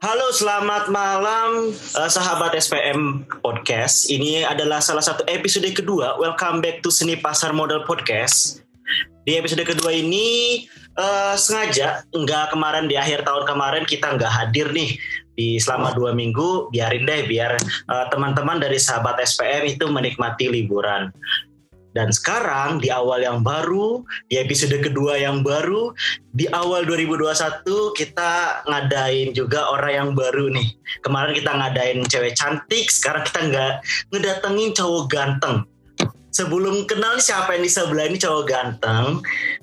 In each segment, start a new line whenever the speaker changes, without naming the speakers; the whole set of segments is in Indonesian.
Halo, selamat malam sahabat SPM Podcast. Ini adalah salah satu episode kedua. Welcome back to Seni Pasar Modal Podcast. Di episode kedua ini sengaja nggak kemarin di akhir tahun kemarin kita nggak hadir nih di selama 2 minggu. Biarin deh biar teman-teman dari sahabat SPM itu menikmati liburan. Dan sekarang di awal yang baru, di episode kedua yang baru, di awal 2021 kita ngadain juga orang yang baru nih. Kemarin kita ngadain cewek cantik, sekarang kita nggak ngedatengin cowok ganteng. Sebelum kenal siapa yang di sebelah ini cowok ganteng,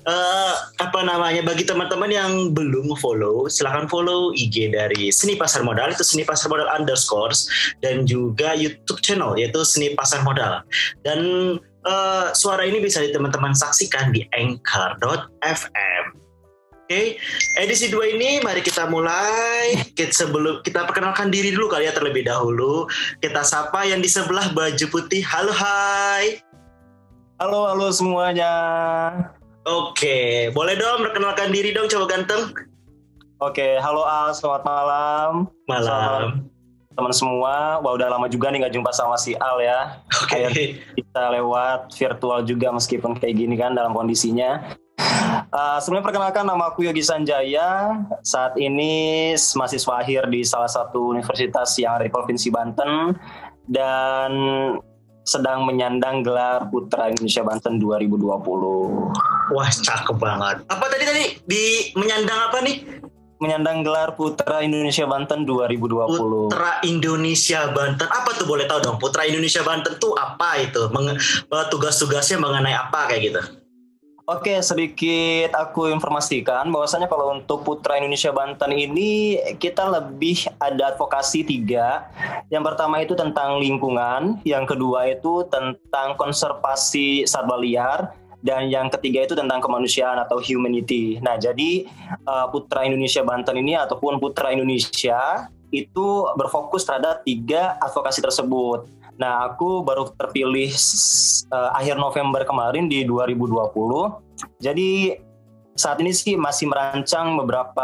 bagi teman-teman yang belum follow, silahkan follow IG dari Seni Pasar Modal, itu Seni Pasar Modal _ dan juga YouTube channel yaitu Seni Pasar Modal. Dan suara ini bisa teman-teman saksikan di anchor.fm. Oke, edisi 2 ini mari kita mulai. Sebelum kita perkenalkan diri dulu kali ya terlebih dahulu. Kita sapa yang di sebelah baju putih. Halo, hai.
Halo semuanya.
Oke, boleh dong perkenalkan diri dong cowok ganteng.
Oke, halo Al, selamat malam.
Malam.
Teman semua, wah udah lama juga nih gak jumpa sama si Al ya.
Oke.
Kita lewat virtual juga meskipun kayak gini kan dalam kondisinya. Sebelumnya perkenalkan, nama aku Yogi Sanjaya. Saat ini mahasiswa akhir di salah satu universitas yang ada di Provinsi Banten dan sedang menyandang gelar Putra Indonesia Banten 2020.
Wah, cakep banget. Apa tadi di menyandang apa nih?
Menyandang gelar Putra Indonesia Banten 2020.
Putra Indonesia Banten. Apa tuh, boleh tahu dong? Putra Indonesia Banten tuh apa itu? Tugas-tugasnya mengenai apa kayak gitu?
Oke, sedikit aku informasikan bahwasanya kalau untuk Putra Indonesia Banten ini kita lebih ada advokasi 3. Yang pertama itu tentang lingkungan, yang kedua itu tentang konservasi satwa liar, dan yang ketiga itu tentang kemanusiaan atau humanity. Nah, jadi Putra Indonesia Banten ini ataupun Putra Indonesia itu berfokus terhadap 3 advokasi tersebut. Nah, aku baru terpilih akhir November kemarin di 2020. Jadi saat ini sih masih merancang beberapa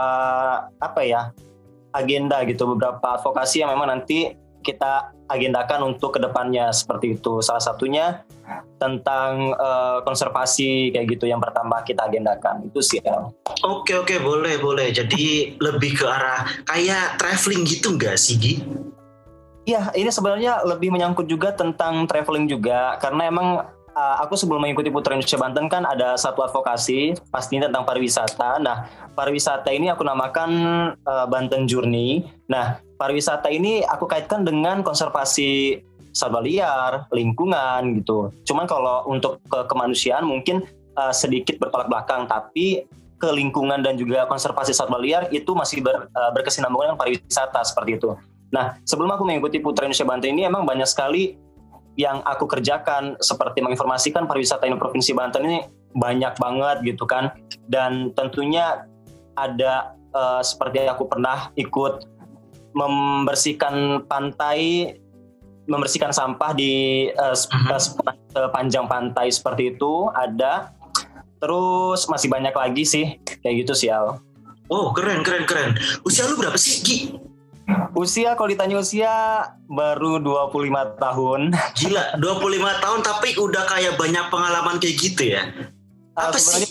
agenda gitu, beberapa advokasi yang memang nanti kita agendakan untuk kedepannya seperti itu. Salah satunya tentang konservasi kayak gitu yang pertama kita agendakan itu sih.
Oke, boleh. Jadi lebih ke arah kayak traveling gitu nggak sih, Gi?
Iya, ini sebenarnya lebih menyangkut juga tentang traveling juga, karena emang aku sebelum mengikuti Putra Indonesia Banten kan ada satu advokasi pastinya tentang pariwisata. Nah, pariwisata ini aku namakan Banten Journey. Nah, pariwisata ini aku kaitkan dengan konservasi satwa liar, lingkungan gitu. Cuman kalau untuk kemanusiaan mungkin sedikit bertolak belakang, tapi ke lingkungan dan juga konservasi satwa liar itu masih berkesinambungan dengan pariwisata seperti itu. Nah, sebelum aku mengikuti Putra Indonesia Banten ini emang banyak sekali yang aku kerjakan, seperti menginformasikan pariwisata di Provinsi Banten ini banyak banget gitu kan. Dan tentunya ada seperti aku pernah ikut membersihkan pantai, membersihkan sampah di sepanjang pantai seperti itu ada. Terus masih banyak lagi sih kayak gitu sih, Al.
Oh, keren. Usia lu berapa sih, Gi?
Usia, kalau ditanya usia baru 25 tahun.
Gila, 25 tahun tapi udah kayak banyak pengalaman kayak gitu ya? Apa sih?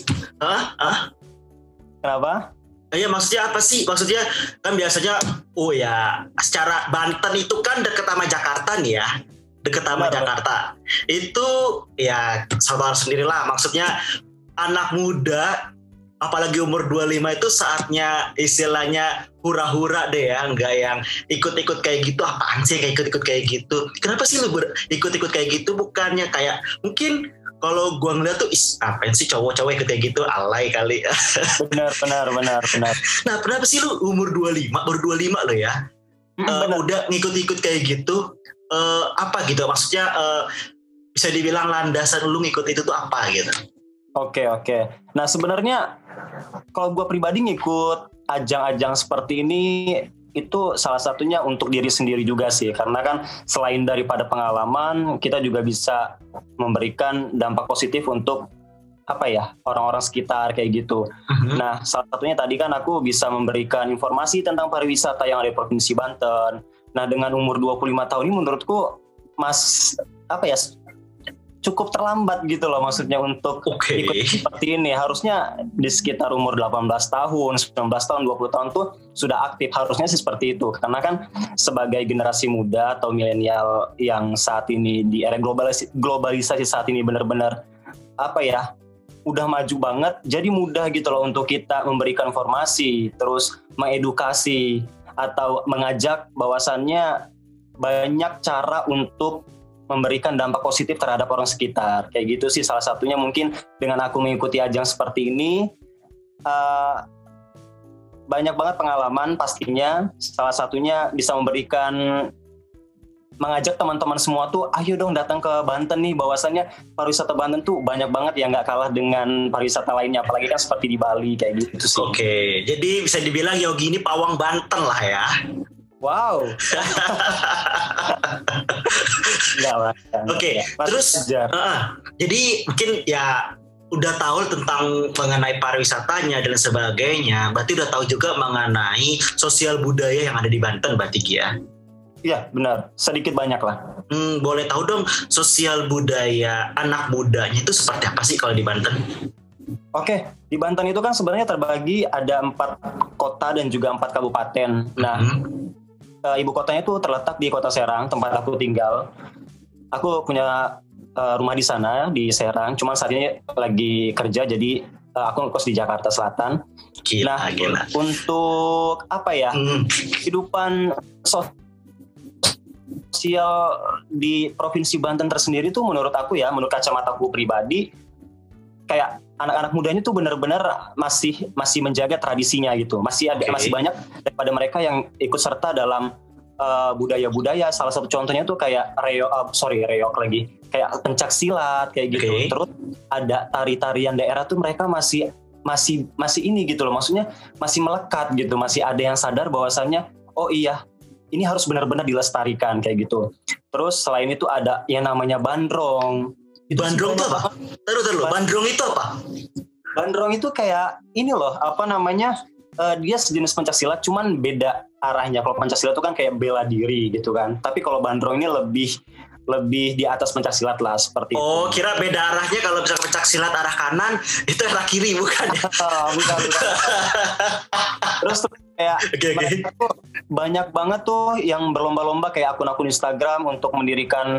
Kenapa?
Ya maksudnya apa sih? Maksudnya kan biasanya secara Banten itu kan deket sama Jakarta nih ya. Jakarta. Itu ya sabar sendirilah. Maksudnya anak muda apalagi umur 25 itu saatnya istilahnya hura-hura deh ya, enggak yang ikut-ikut kayak gitu. Apaan sih kayak ikut-ikut kayak gitu? Kenapa sih lu ikut-ikut kayak gitu? Bukannya kayak mungkin kalau gua ngeliat tuh apain sih cowok-cowok ikut kayak gitu, alay kali.
Benar.
Nah, kenapa sih lu umur 25, baru 25 lo ya? Udah ngikut-ikut kayak gitu? Apa gitu? Maksudnya bisa dibilang landasan lu ngikut itu tuh apa gitu?
Oke. Nah, sebenarnya kalau gue pribadi ngikut ajang-ajang seperti ini itu salah satunya untuk diri sendiri juga sih, karena kan selain daripada pengalaman kita juga bisa memberikan dampak positif untuk orang-orang sekitar kayak gitu. Nah, salah satunya tadi kan aku bisa memberikan informasi tentang pariwisata yang ada di Provinsi Banten. Nah, dengan umur 25 tahun ini menurutku cukup terlambat gitu loh, maksudnya untuk ikut seperti ini. Harusnya di sekitar umur 18 tahun, 19 tahun, 20 tahun tuh sudah aktif, harusnya sih seperti itu. Karena kan sebagai generasi muda atau milenial yang saat ini di era globalisasi saat ini benar-benar udah maju banget, jadi mudah gitu loh untuk kita memberikan informasi, terus mengedukasi atau mengajak bahwasannya banyak cara untuk memberikan dampak positif terhadap orang sekitar. Kayak gitu sih salah satunya, mungkin dengan aku mengikuti ajang seperti ini banyak banget pengalaman pastinya. Salah satunya bisa mengajak teman-teman semua tuh, ayo dong datang ke Banten nih, bahwasannya pariwisata Banten tuh banyak banget yang gak kalah dengan pariwisata lainnya, apalagi kan seperti di Bali kayak gitu sih.
Oke, jadi bisa dibilang Yogi ini pawang Banten lah ya.
Wow.
Oke, terus jadi mungkin ya udah tahu tentang mengenai pariwisatanya dan sebagainya, berarti udah tahu juga mengenai sosial budaya yang ada di Banten berarti ya?
Iya benar, sedikit banyak lah.
Boleh tahu dong sosial budaya anak mudanya itu seperti apa sih kalau di Banten?
Oke, di Banten itu kan sebenarnya terbagi ada 4 kota dan juga 4 kabupaten. Nah, ibu kotanya itu terletak di Kota Serang, tempat aku tinggal. Aku punya rumah di sana, di Serang. Cuman saat ini lagi kerja, jadi aku ngekos di Jakarta Selatan. Gila. Untuk kehidupan sosial di Provinsi Banten tersendiri tuh menurut aku ya, menurut kacamataku pribadi, kayak anak-anak mudanya tuh benar-benar masih menjaga tradisinya gitu. Masih banyak daripada mereka yang ikut serta dalam budaya-budaya. Salah satu contohnya tuh kayak reok lagi, kayak pencak silat kayak gitu. Terus ada tari-tarian daerah tuh mereka masih ini gitu loh. Maksudnya masih melekat gitu. Masih ada yang sadar bahwasannya oh iya, ini harus benar-benar dilestarikan kayak gitu. Terus selain itu ada yang namanya bandrong.
Bandrong itu apa? Taruh. Bandrong itu apa?
Bandrong itu kayak ini loh, dia sejenis pencaksilat, cuman beda arahnya. Kalau pencaksilat itu kan kayak bela diri gitu kan. Tapi kalau bandrong ini lebih di atas pencaksilat lah, seperti itu. Oh,
kira beda arahnya. Kalau misalnya pencaksilat arah kanan, itu arah kiri bukan?
Bukan. Terus kayak banyak banget tuh yang berlomba-lomba kayak akun-akun Instagram untuk mendirikan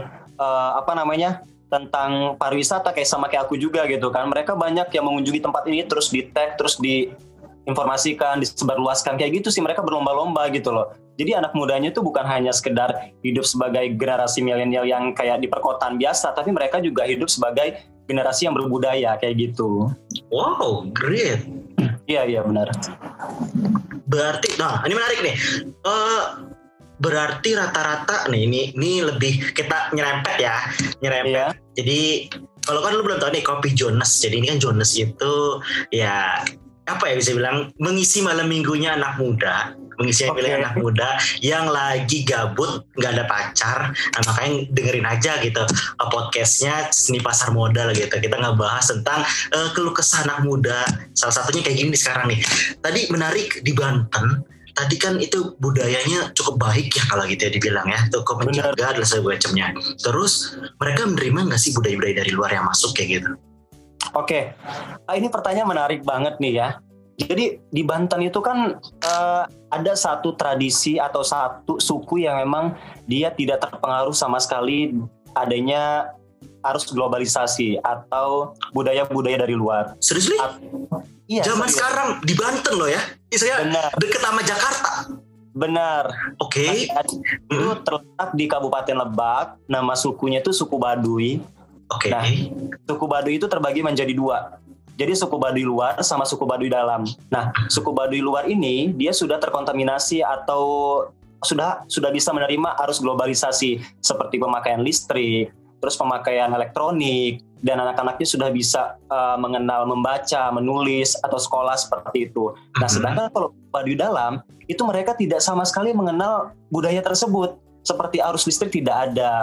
tentang pariwisata sama kayak aku juga gitu kan. Mereka banyak yang mengunjungi tempat ini, terus di tag, terus diinformasikan, disebarluaskan kayak gitu sih. Mereka berlomba-lomba gitu loh. Jadi anak mudanya itu bukan hanya sekedar hidup sebagai generasi milenial yang kayak di perkotaan biasa, tapi mereka juga hidup sebagai generasi yang berbudaya kayak gitu.
Wow, great.
Iya benar.
Berarti, ini menarik nih. Berarti rata-rata nih ini lebih kita nyerempet. Iya. Jadi kalau kan lu belum tahu nih Kopi Jones. Jadi ini kan Jones itu ya bisa bilang mengisi malam minggunya anak muda, anak muda yang lagi gabut, nggak ada pacar. Nah, makanya dengerin aja gitu podcastnya Seni Pasar Modal gitu. Kita ngebahas tentang keluh kesah anak muda. Salah satunya kayak gini sekarang nih. Tadi menarik di Banten. Tadi kan itu budayanya cukup baik ya kalau gitu ya dibilang ya, cukup menjaga dan sebagainya. Terus mereka menerima nggak sih budaya-budaya dari luar yang masuk kayak gitu?
Oke, ini pertanyaan menarik banget nih ya. Jadi di Banten itu kan ada satu tradisi atau satu suku yang memang dia tidak terpengaruh sama sekali adanya arus globalisasi atau budaya-budaya dari luar.
Seriously?
Iya.
Zaman sekarang di Banten loh ya, istilahnya deket sama Jakarta.
Benar.
Oke.
Itu terletak di Kabupaten Lebak. Nama sukunya itu suku Baduy.
Oke.
Nah, suku Baduy itu terbagi menjadi 2. Jadi suku Baduy luar sama suku Baduy dalam. Nah, suku Baduy luar ini dia sudah terkontaminasi atau sudah bisa menerima arus globalisasi seperti pemakaian listrik, terus pemakaian elektronik, dan anak-anaknya sudah bisa mengenal membaca, menulis, atau sekolah seperti itu. Nah, sedangkan kalau Baduy dalam, itu mereka tidak sama sekali mengenal budaya tersebut. Seperti arus listrik tidak ada,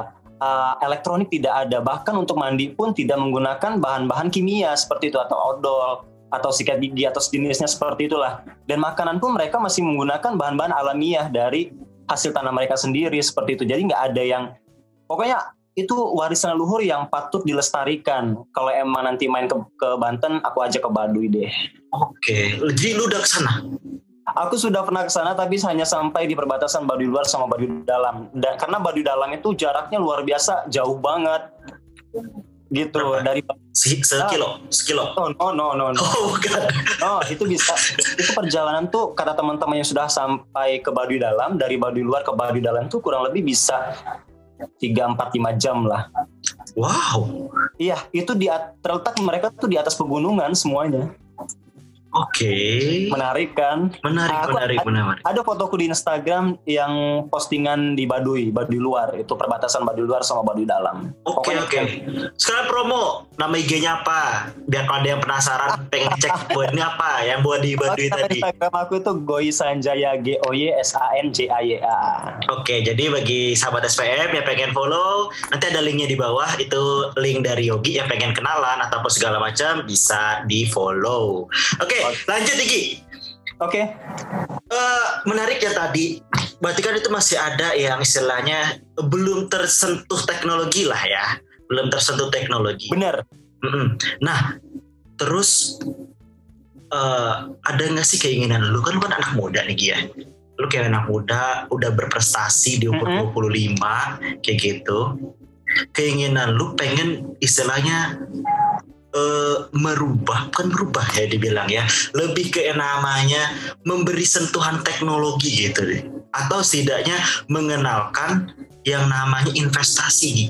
elektronik tidak ada, bahkan untuk mandi pun tidak menggunakan bahan-bahan kimia seperti itu atau odol atau sikat gigi atau sejenisnya seperti itulah. Dan makanan pun mereka masih menggunakan bahan-bahan alamiah dari hasil tanah mereka sendiri seperti itu. Jadi nggak ada yang, pokoknya itu warisan leluhur yang patut dilestarikan. Kalau emang nanti main ke Banten, aku ajak ke Baduy deh.
Oke, jadi lu udah kesana?
Aku sudah pernah ke sana tapi hanya sampai di perbatasan Baduy luar sama Baduy dalam. Dan karena Baduy dalam itu jaraknya luar biasa, jauh banget. Gitu.
Berapa?
Dari
sekilo.
No.
Oh, bukan.
Oh, itu bisa. Itu perjalanan tuh kata teman-teman yang sudah sampai ke Baduy dalam, dari Baduy luar ke Baduy dalam tuh kurang lebih bisa 3, 4, 5 jam lah.
Wow.
Iya, itu terletak mereka tuh di atas pegunungan semuanya.
Oke.
Menarik kan?
Menarik.
Ada fotoku di Instagram yang postingan di Baduy luar. Itu perbatasan Baduy luar sama Baduy dalam.
Oke. Sekarang promo, nama IG-nya apa? Biar kalau ada yang penasaran pengen cek buat ini apa yang buat di Baduy tadi.
Instagram aku itu Goy Sanjaya, GOYSANJAYA.
Oke, jadi bagi sahabat SPM yang pengen follow, nanti ada linknya di bawah. Itu link dari Yogi yang pengen kenalan ataupun segala macam bisa di follow. Oke, lanjut Iki.
Oke.
Menarik ya tadi. Berarti kan itu masih ada yang istilahnya belum tersentuh teknologi lah ya. Belum tersentuh teknologi.
Bener.
Nah, terus ada nggak sih keinginan lu kan anak muda nih Gi ya. Lu kayak anak muda udah berprestasi di umur 25 kayak gitu. Keinginan lu pengen istilahnya merubah ya dibilang ya, lebih ke namanya memberi sentuhan teknologi gitu deh, atau setidaknya mengenalkan yang namanya investasi.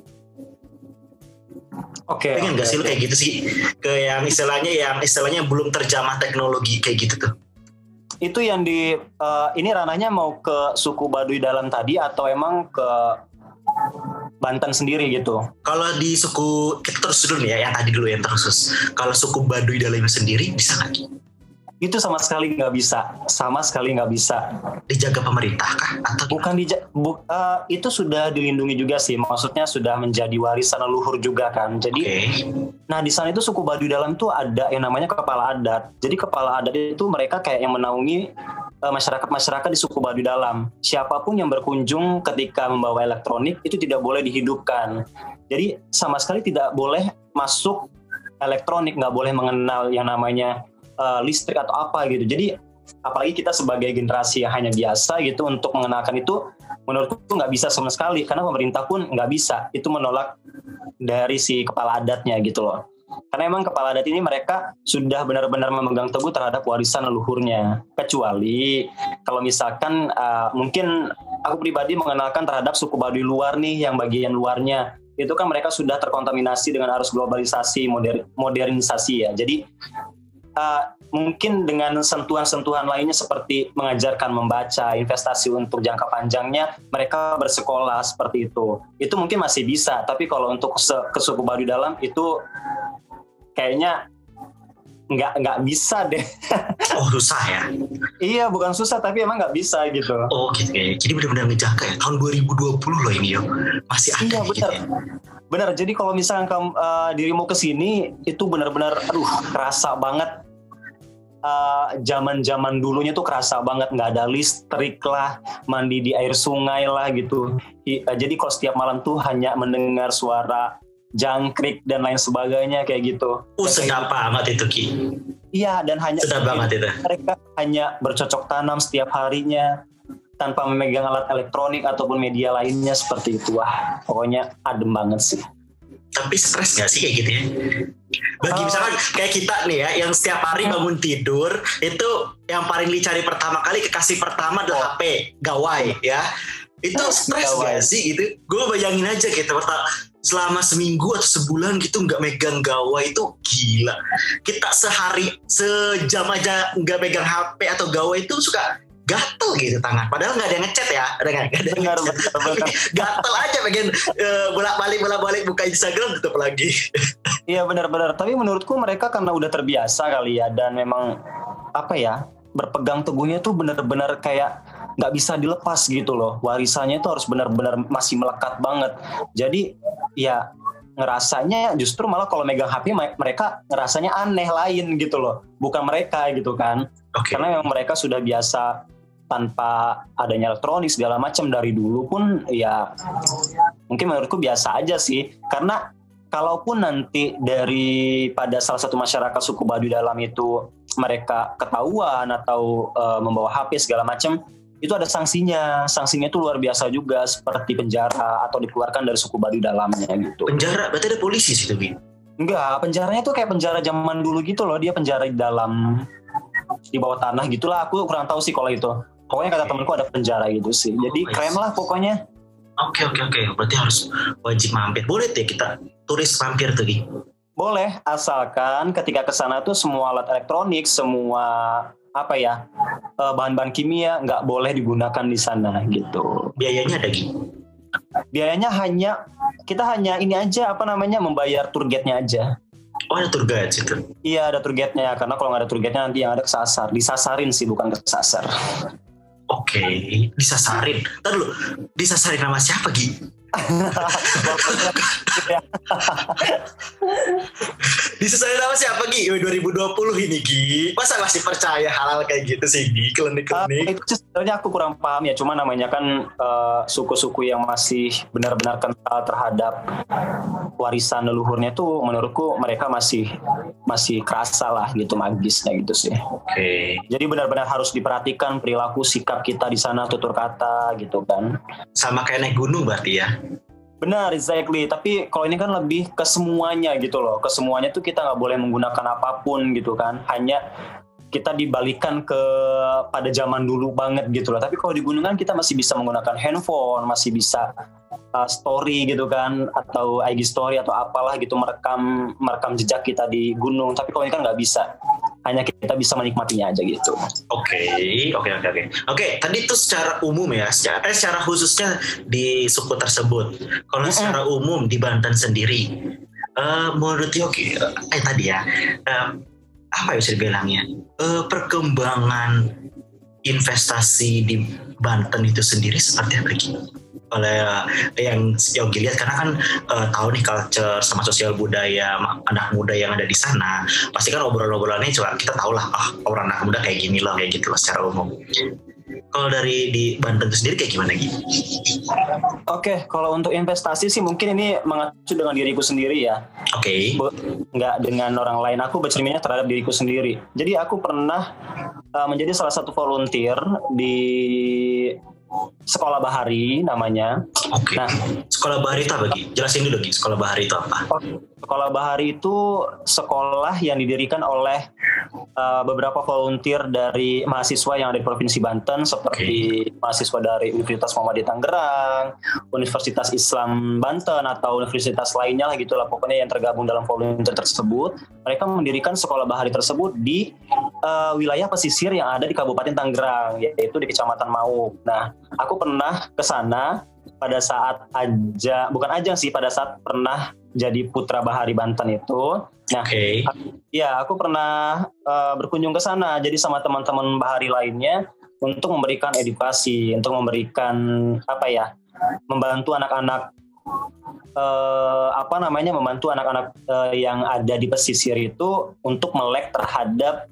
Pengen nggak sih lu kayak gitu sih, ke yang istilahnya belum terjamah teknologi kayak gitu tuh?
Itu yang ini ranahnya mau ke suku Baduy dalam tadi atau emang ke Banten sendiri gitu? Kalau
di suku, kita terus dulu nih ya, yang tadi dulu yang terus. Kalau suku Baduy dalam sendiri bisa nggak?
Itu sama sekali nggak bisa.
Dijaga pemerintah kah? Atau
bukan itu sudah dilindungi juga sih, maksudnya sudah menjadi warisan leluhur juga kan. Jadi, Nah di sana itu suku Baduy dalam tuh ada yang namanya kepala adat. Jadi kepala adat itu mereka kayak yang menaungi masyarakat di suku Baduy dalam. Siapapun yang berkunjung ketika membawa elektronik itu tidak boleh dihidupkan. Jadi sama sekali tidak boleh masuk elektronik, nggak boleh mengenal yang namanya listrik atau apa gitu. Jadi apalagi kita sebagai generasi yang hanya biasa gitu untuk mengenalkan itu, menurutku nggak bisa sama sekali, karena pemerintah pun nggak bisa. Itu menolak dari si kepala adatnya gitu loh. Karena emang kepala adat ini mereka sudah benar-benar memegang teguh terhadap warisan leluhurnya. Kecuali kalau misalkan mungkin aku pribadi mengenalkan terhadap suku Baduy luar nih, yang bagian luarnya itu kan mereka sudah terkontaminasi dengan arus globalisasi, modernisasi ya. Jadi mungkin dengan sentuhan-sentuhan lainnya seperti mengajarkan membaca, investasi untuk jangka panjangnya, mereka bersekolah seperti itu. Itu mungkin masih bisa, tapi kalau untuk ke suku Baduy dalam itu kayaknya nggak bisa deh.
Oh, susah ya?
Iya, bukan susah tapi emang nggak bisa gitu.
Oh gitu ya. Jadi benar-benar ngejaga ya. Tahun 2020 loh ini yo. Masih ada.
Iya benar.
Gitu ya.
Benar. Jadi kalau misalnya dirimu kesini itu benar-benar, kerasa banget. Zaman-zaman dulunya tuh kerasa banget, nggak ada listrik lah, mandi di air sungai lah gitu. Jadi kalau setiap malam tuh hanya mendengar suara jangkrik dan lain sebagainya kayak gitu.
Sedap banget itu Ki.
Iya, dan hanya
sedap banget itu.
Mereka hanya bercocok tanam setiap harinya tanpa memegang alat elektronik ataupun media lainnya seperti itu. Wah, pokoknya adem banget sih.
Tapi stres gak sih kayak gitu ya? Bagi misalkan kayak kita nih ya, yang setiap hari bangun tidur itu yang paling dicari pertama kali, kekasih pertama adalah HP, gawai ya. Itu stres gak sih gitu? Gue bayangin aja gitu, selama seminggu atau sebulan gitu nggak megang gawai itu gila. Kita sejam aja nggak megang HP atau gawai itu suka gatel gitu tangan. Padahal nggak ada yang ngechat ya,
Benar.
gatel aja pengen bolak-balik buka Instagram tutup lagi.
Iya benar-benar. Tapi menurutku mereka karena udah terbiasa kali ya, dan memang berpegang teguhnya tuh benar-benar kayak nggak bisa dilepas gitu loh. Warisannya itu harus benar-benar masih melekat banget. Jadi ya ngerasanya justru malah kalau megang HP mereka ngerasanya aneh lain gitu loh. Bukan mereka gitu kan.
Oke.
Karena memang mereka sudah biasa tanpa adanya elektronik segala macam dari dulu pun ya mungkin menurutku biasa aja sih. Karena kalaupun nanti daripada salah satu masyarakat suku Baduy Dalam itu mereka ketahuan atau membawa HP segala macam, itu ada sanksinya. Sanksinya itu luar biasa juga, seperti penjara atau dikeluarkan dari suku Baduy Dalamnya gitu.
Penjara berarti ada polisi sih tuh.
Enggak, penjaranya tuh kayak penjara zaman dulu gitu loh. Dia penjara di dalam, di bawah tanah gitulah. Aku kurang tahu sih kalau itu. Pokoknya kata temanku ada penjara gitu sih. Jadi keren lah pokoknya.
Oke. Berarti harus wajib mampir. Boleh deh kita turis mampir tuh, Gi?
Boleh, asalkan ketika ke sana tuh semua alat elektronik, semua bahan-bahan kimia nggak boleh digunakan di sana gitu.
Biayanya ada, Gi?
Biayanya kita hanya ini aja membayar tour guide-nya aja.
Oh, ada tour guide situ?
Iya, ada tour guide-nya, karena kalau nggak ada tour guide-nya nanti yang ada kesasar. Disasarin sih, bukan kesasar.
Oke, disasarin. Ntar dulu, disasarin sama siapa, Gi? Disasarin sama siapa, Gi? 2020 ini, Gi. Masa masih percaya hal-hal kayak gitu sih, Gi? Klinik-klinik.
Itu sebenarnya aku kurang paham ya. Cuma namanya kan suku-suku yang masih benar-benar kental terhadap warisan leluhurnya tuh, menurutku mereka masih kerasa lah gitu magisnya gitu sih.
Oke.
Jadi benar-benar harus diperhatikan perilaku sikap kita di sana, tutur kata gitu kan.
Sama kayak naik gunung berarti ya?
Benar, exactly. Tapi kalau ini kan lebih ke semuanya gitu loh. Ke semuanya tuh kita nggak boleh menggunakan apapun gitu kan. Hanya kita dibalikan ke pada zaman dulu banget gitu loh. Tapi kalau di gunung kan kita masih bisa menggunakan handphone, masih bisa story gitu kan, atau IG story atau apalah gitu, merekam jejak kita di gunung. Tapi kalau ini kan nggak bisa. Hanya kita bisa menikmatinya aja gitu.
Oke, tadi itu secara umum ya, secara khususnya di suku tersebut. Kalau secara umum di Banten sendiri, menurut Yogi, tadi ya, apa ya bisa dibilangnya, perkembangan investasi di Banten itu sendiri seperti apa gitu? Oleh yang Yogi lihat, karena kan tahu nih culture sama sosial budaya anak muda yang ada di sana, pasti kan obrolan-obrolannya coba kita tahu lah, orang anak muda kayak gini loh, kayak gitu loh secara umum. Kalau dari di Banten itu sendiri kayak gimana gitu?
Oke, kalau untuk investasi sih mungkin ini mengacu dengan diriku sendiri ya.
Oke.
Nggak dengan orang lain, aku bercerminnya terhadap diriku sendiri. Jadi aku pernah menjadi salah satu volunteer di Sekolah Bahari namanya.
Oke.
Nah,
Sekolah Bahari itu apa, Gi? Jelasin dulu, Gi. Sekolah Bahari itu apa?
Sekolah Bahari itu sekolah yang didirikan oleh beberapa volunteer dari mahasiswa yang ada di Provinsi Banten, seperti mahasiswa dari Universitas Muhammadiyah Tangerang, Universitas Islam Banten, atau universitas lainnya lah gitulah, pokoknya yang tergabung dalam volunteer tersebut. Mereka mendirikan Sekolah Bahari tersebut di wilayah pesisir yang ada di Kabupaten Tangerang, yaitu di Kecamatan Mauk. Nah, aku pernah ke sana pada saat pada saat pernah jadi Putra Bahari Banten itu. Nah, aku pernah berkunjung ke sana, jadi sama teman-teman Bahari lainnya untuk memberikan edukasi, untuk memberikan membantu anak-anak membantu anak-anak yang ada di pesisir itu untuk melek terhadap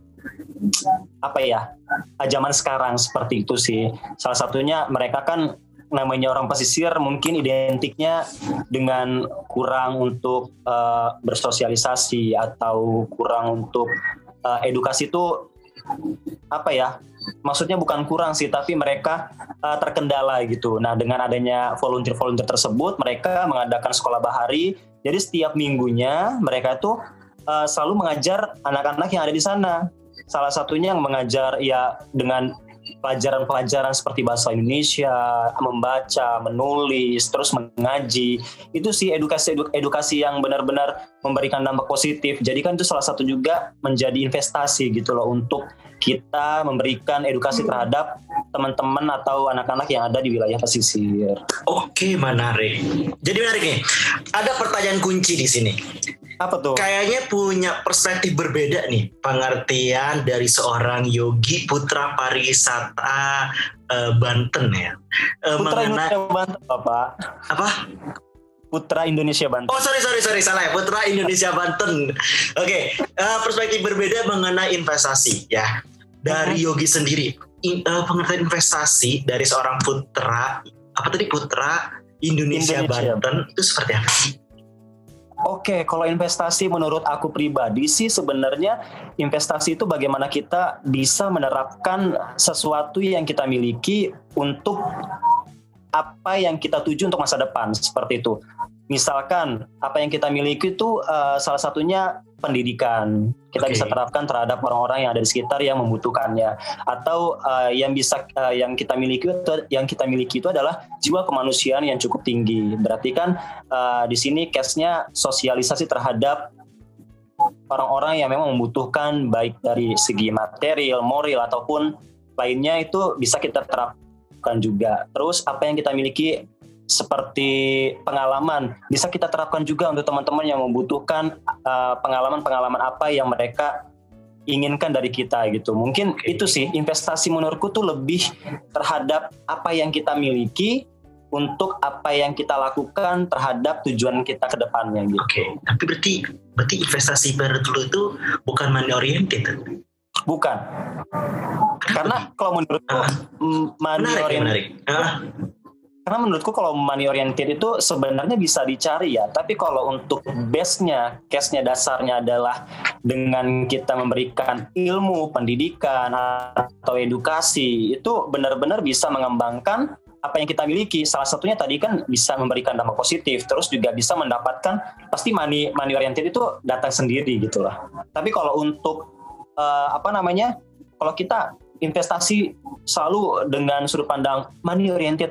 zaman sekarang, seperti itu sih. Salah satunya mereka kan namanya orang pesisir mungkin identiknya dengan kurang untuk bersosialisasi atau kurang untuk edukasi itu maksudnya bukan kurang sih, tapi mereka terkendala gitu. Nah, dengan adanya volunteer tersebut, mereka mengadakan Sekolah Bahari. Jadi setiap minggunya mereka tuh selalu mengajar anak-anak yang ada di sana. Salah satunya yang mengajar ya dengan pelajaran-pelajaran seperti bahasa Indonesia, membaca, menulis, terus mengaji. Itu sih edukasi yang benar-benar memberikan dampak positif. Jadi kan itu salah satu juga menjadi investasi gitu loh, untuk kita memberikan edukasi terhadap teman-teman atau anak-anak yang ada di wilayah pesisir.
Oke, menarik. Jadi menarik nih. Ada pertanyaan kunci di sini.
Apa tuh?
kayaknya punya perspektif berbeda nih pengertian dari seorang Yogi Putra Pariwisata Banten ya.
Putra
Mengenai
Indonesia Banten, Bapak.
apa?
Putra Indonesia Banten.
Oh sorry salah ya, Putra Indonesia Banten. Oke, perspektif berbeda mengenai investasi ya. Dari Yogi sendiri, pengertian investasi dari seorang putra Indonesia Banten itu seperti apa sih?
Oke, kalau investasi menurut aku pribadi sih sebenarnya investasi itu bagaimana kita bisa menerapkan sesuatu yang kita miliki untuk apa yang kita tuju untuk masa depan, seperti itu. Misalkan apa yang kita miliki itu salah satunya pendidikan. Kita bisa terapkan terhadap orang-orang yang ada di sekitar yang membutuhkannya. Atau yang kita miliki itu adalah jiwa kemanusiaan yang cukup tinggi. Berarti kan di sini case-nya sosialisasi terhadap orang-orang yang memang membutuhkan, baik dari segi material, moral ataupun lainnya, itu bisa kita terapkan juga. Terus apa yang kita miliki seperti pengalaman bisa kita terapkan juga untuk teman-teman yang membutuhkan pengalaman-pengalaman apa yang mereka inginkan dari kita gitu. Mungkin itu sih investasi menurutku tuh lebih terhadap apa yang kita miliki untuk apa yang kita lakukan terhadap tujuan kita ke depannya gitu.
Oke, tapi berarti investasi baru dulu itu bukan money oriented.
Bukan. Karena kalau menurutku
menarik.
Karena menurutku kalau money oriented itu sebenarnya bisa dicari ya. Tapi kalau untuk base-nya, case-nya dasarnya adalah dengan kita memberikan ilmu, pendidikan, atau edukasi, itu benar-benar bisa mengembangkan apa yang kita miliki. Salah satunya tadi kan bisa memberikan dampak positif, terus juga bisa mendapatkan, pasti money oriented itu datang sendiri gitu lah. Tapi kalau untuk kalau kita investasi selalu dengan sudut pandang money oriented.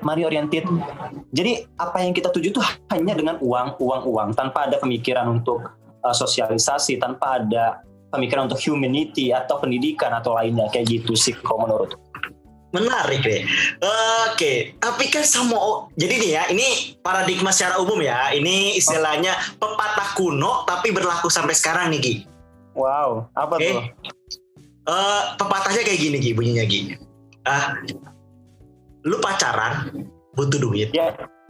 Jadi apa yang kita tuju itu hanya dengan uang, tanpa ada pemikiran untuk sosialisasi, tanpa ada pemikiran untuk humanity atau pendidikan atau lainnya, kayak gitu sih kalau menurut.
Menarik deh. Oke, tapi kan jadi nih ya, ini paradigma secara umum ya. Ini istilahnya pepatah kuno tapi berlaku sampai sekarang nih Gi.
Wow, apa tuh?
Pepatahnya kayak gini Gi, bunyinya Gi. Lu pacaran butuh duit ya.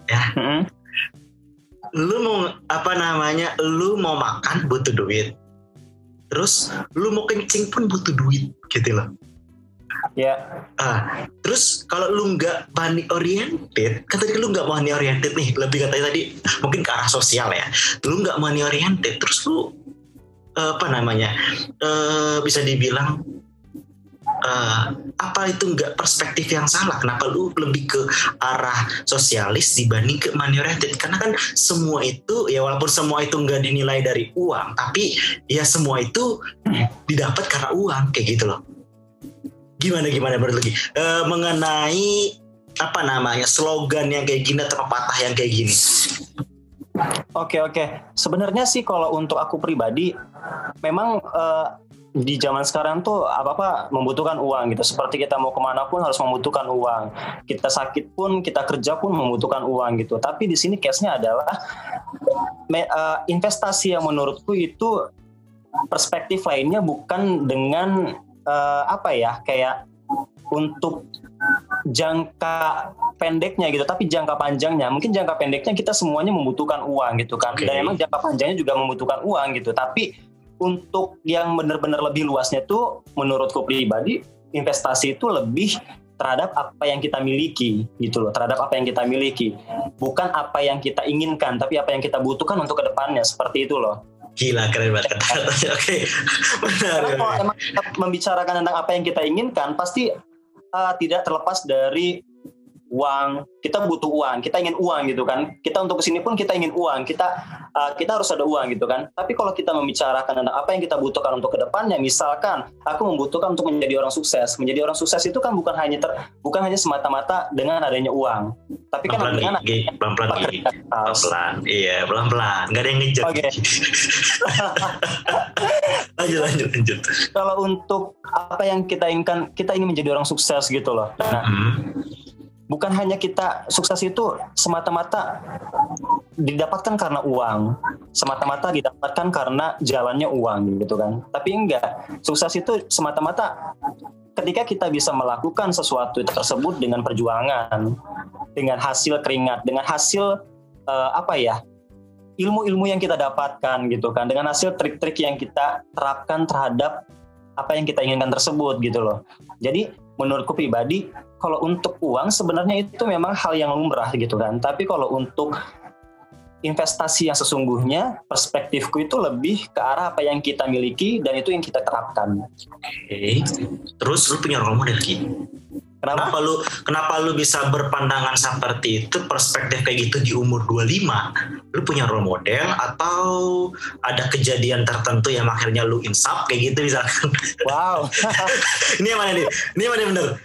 Lu mau makan butuh duit, terus lu mau kencing pun butuh duit gitu loh
ya.
Terus kalau lu nggak money oriented, kan tadi lu nggak money oriented nih, lebih katanya tadi mungkin ke arah sosial ya, lu nggak money oriented, terus lu bisa dibilang apa itu nggak perspektif yang salah? Kenapa lu lebih ke arah sosialis dibanding ke money oriented? Karena kan semua itu ya, walaupun semua itu nggak dinilai dari uang, tapi ya semua itu didapat karena uang, kayak gitu loh. Gimana menurut lu mengenai slogan yang kayak gini atau pepatah yang kayak gini?
Oke. Sebenarnya sih kalau untuk aku pribadi, memang di zaman sekarang tuh apa-apa membutuhkan uang gitu. Seperti kita mau kemana pun harus membutuhkan uang. Kita sakit pun, kita kerja pun membutuhkan uang gitu. Tapi di sini case-nya adalah investasi yang menurutku itu perspektif lainnya bukan dengan kayak untuk jangka pendeknya gitu, tapi jangka panjangnya. Mungkin jangka pendeknya kita semuanya membutuhkan uang gitu kan. Dan emang jangka panjangnya juga membutuhkan uang gitu. Tapi untuk yang benar-benar lebih luasnya tuh menurutku pribadi, investasi itu lebih terhadap apa yang kita miliki gitu loh, terhadap apa yang kita miliki. Bukan apa yang kita inginkan, tapi apa yang kita butuhkan untuk kedepannya, seperti itu loh.
Gila, keren banget. Oke, benar.
Karena kalau emang kita membicarakan tentang apa yang kita inginkan, pasti tidak terlepas dari uang. Kita butuh uang, kita ingin uang gitu kan. Kita untuk kesini pun kita ingin uang, kita harus ada uang gitu kan. Tapi kalau kita membicarakan tentang apa yang kita butuhkan untuk kedepannya, misalkan aku membutuhkan untuk menjadi orang sukses. Menjadi orang sukses itu kan bukan hanya semata-mata dengan adanya uang, tapi kan dengan
pelan-pelan. Iya, pelan-pelan. Nggak ada yang ngejar.
Oke.
Lanjut.
Kalau untuk apa yang kita inginkan, kita ingin menjadi orang sukses gitu loh. Nah, bukan hanya kita sukses itu semata-mata didapatkan karena uang. semata-mata didapatkan karena jalannya uang gitu kan. Tapi enggak, sukses itu semata-mata ketika kita bisa melakukan sesuatu tersebut dengan perjuangan, dengan hasil keringat, dengan hasil ilmu-ilmu yang kita dapatkan gitu kan, dengan hasil trik-trik yang kita terapkan terhadap apa yang kita inginkan tersebut gitu loh. Jadi menurutku pribadi, kalau untuk uang sebenarnya itu memang hal yang lumrah gitu kan. Tapi kalau untuk investasi yang sesungguhnya, perspektifku itu lebih ke arah apa yang kita miliki dan itu yang kita terapkan.
Oke. Terus lu punya role model gitu? Kenapa lu bisa berpandangan seperti itu, perspektif kayak gitu di umur 25? Lu punya role model atau ada kejadian tertentu yang akhirnya lu insaf kayak gitu misalkan?
Wow.
Ini yang mana nih? Ini yang mana yang bener?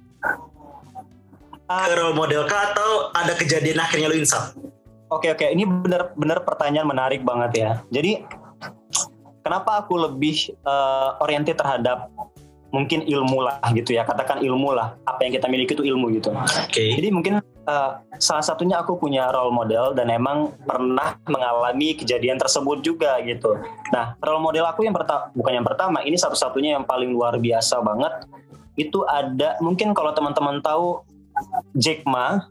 Role model kah atau ada kejadian akhirnya lu insaf?
Oke, ini benar pertanyaan menarik banget ya. Jadi kenapa aku lebih oriented terhadap mungkin ilmu lah gitu ya, katakan ilmu lah, apa yang kita miliki itu ilmu gitu. Jadi mungkin salah satunya aku punya role model dan emang pernah mengalami kejadian tersebut juga gitu. Nah, role model aku bukan yang pertama, ini satu-satunya yang paling luar biasa banget. Itu ada, mungkin kalau teman-teman tahu Jack Ma.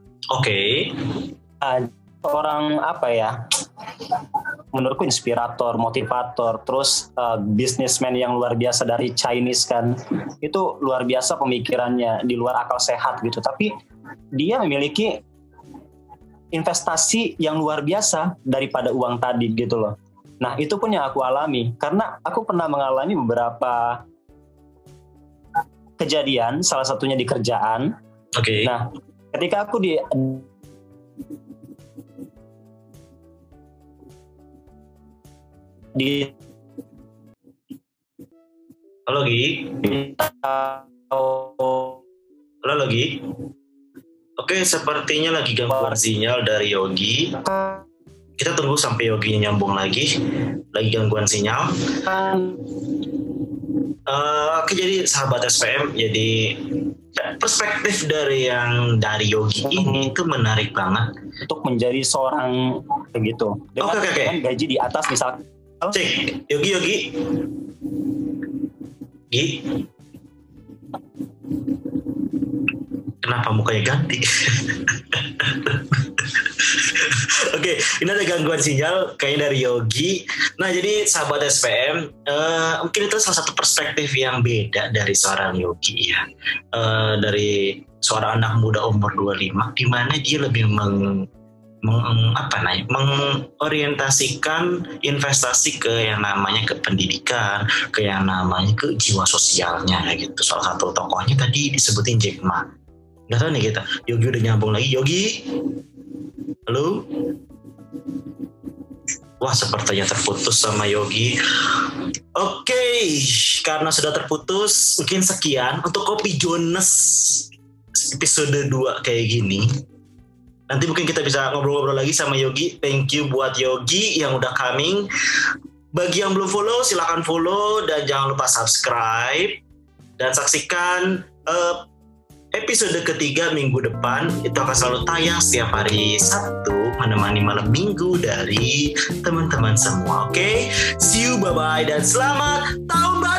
Orang menurutku inspirator, motivator, terus businessman yang luar biasa dari Chinese kan. Itu luar biasa pemikirannya, di luar akal sehat gitu. Tapi dia memiliki investasi yang luar biasa daripada uang tadi gitu loh. Nah, itu pun yang aku alami karena aku pernah mengalami beberapa kejadian, salah satunya di kerjaan. Nah, ketika aku
Halo Gi. Oke, sepertinya lagi gangguan sinyal dari Yogi. Kita tunggu sampai Yoginya nyambung lagi. Lagi gangguan sinyal. Oke, jadi sahabat SPM, jadi perspektif dari Yogi ini itu menarik banget
untuk menjadi seorang begitu dengan gaji di atas misalnya.
Cek, Yogi. Kenapa mukanya ganti? Oke, ini ada gangguan sinyal kayaknya dari Yogi. Nah, jadi sahabat SPM, mungkin itu salah satu perspektif yang beda dari seorang Yogi ya. Dari seorang anak muda umur 25, di mana dia lebih mengorientasikan investasi ke yang namanya ke pendidikan, ke yang namanya ke jiwa sosialnya gitu. Salah satu tokohnya tadi disebutin Jack Ma. Gak tahu nih kita, Yogi udah nyambung lagi. Yogi, halo? Wah, sepertinya terputus sama Yogi. Oke, karena sudah terputus, mungkin sekian untuk Kopi Jones episode 2 kayak gini. Nanti mungkin kita bisa ngobrol-ngobrol lagi sama Yogi. Thank you buat Yogi yang udah coming. Bagi yang belum follow, silakan follow dan jangan lupa subscribe. Dan saksikan episode ketiga minggu depan. Itu akan selalu tayang setiap hari Sabtu, menemani malam minggu dari teman-teman semua. Oke? See you, bye-bye, dan selamat tahun baru!